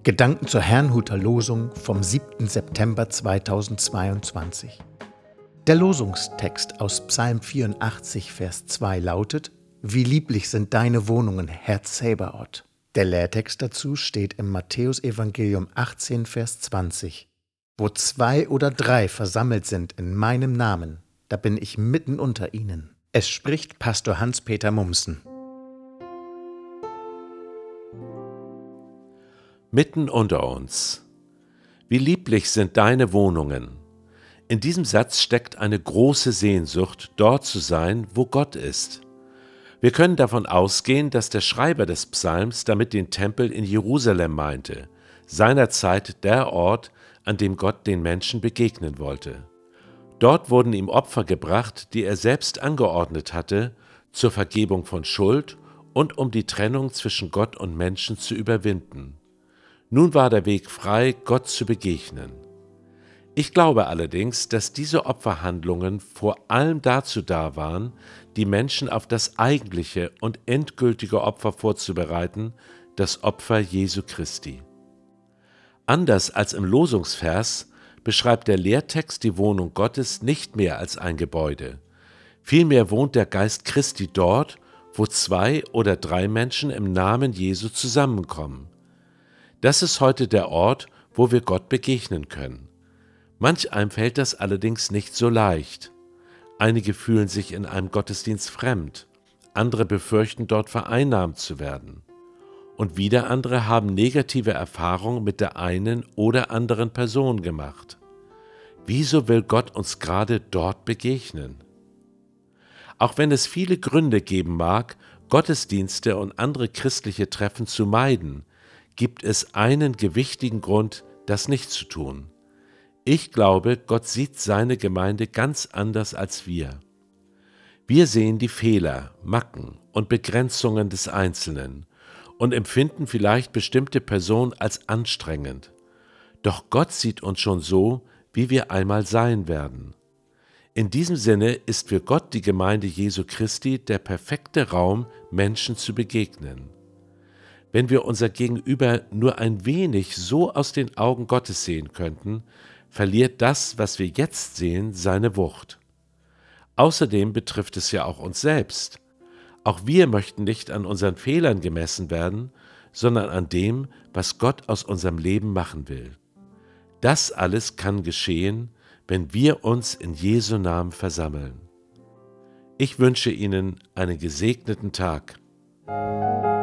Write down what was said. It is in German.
Gedanken zur Herrnhuter Losung vom 7. September 2022. Der Losungstext aus Psalm 84, Vers 2 lautet: Wie lieblich sind deine Wohnungen, Herr Zebaoth. Der Lehrtext dazu steht im Matthäusevangelium 18, Vers 20. Wo 2 oder 3 versammelt sind in meinem Namen, da bin ich mitten unter ihnen. Es spricht Pastor Hans-Peter Mumsen. Mitten unter uns. Wie lieblich sind deine Wohnungen. In diesem Satz steckt eine große Sehnsucht, dort zu sein, wo Gott ist. Wir können davon ausgehen, dass der Schreiber des Psalms damit den Tempel in Jerusalem meinte, seinerzeit der Ort, an dem Gott den Menschen begegnen wollte. Dort wurden ihm Opfer gebracht, die er selbst angeordnet hatte, zur Vergebung von Schuld und um die Trennung zwischen Gott und Menschen zu überwinden. Nun war der Weg frei, Gott zu begegnen. Ich glaube allerdings, dass diese Opferhandlungen vor allem dazu da waren, die Menschen auf das eigentliche und endgültige Opfer vorzubereiten, das Opfer Jesu Christi. Anders als im Losungsvers beschreibt der Lehrtext die Wohnung Gottes nicht mehr als ein Gebäude. Vielmehr wohnt der Geist Christi dort, wo 2 oder 3 Menschen im Namen Jesu zusammenkommen. Das ist heute der Ort, wo wir Gott begegnen können. Manch einem fällt das allerdings nicht so leicht. Einige fühlen sich in einem Gottesdienst fremd, andere befürchten, dort vereinnahmt zu werden. Und wieder andere haben negative Erfahrungen mit der einen oder anderen Person gemacht. Wieso will Gott uns gerade dort begegnen? Auch wenn es viele Gründe geben mag, Gottesdienste und andere christliche Treffen zu meiden, gibt es einen gewichtigen Grund, das nicht zu tun. Ich glaube, Gott sieht seine Gemeinde ganz anders als wir. Wir sehen die Fehler, Macken und Begrenzungen des Einzelnen und empfinden vielleicht bestimmte Personen als anstrengend. Doch Gott sieht uns schon so, wie wir einmal sein werden. In diesem Sinne ist für Gott die Gemeinde Jesu Christi der perfekte Raum, Menschen zu begegnen. Wenn wir unser Gegenüber nur ein wenig so aus den Augen Gottes sehen könnten, verliert das, was wir jetzt sehen, seine Wucht. Außerdem betrifft es ja auch uns selbst. Auch wir möchten nicht an unseren Fehlern gemessen werden, sondern an dem, was Gott aus unserem Leben machen will. Das alles kann geschehen, wenn wir uns in Jesu Namen versammeln. Ich wünsche Ihnen einen gesegneten Tag.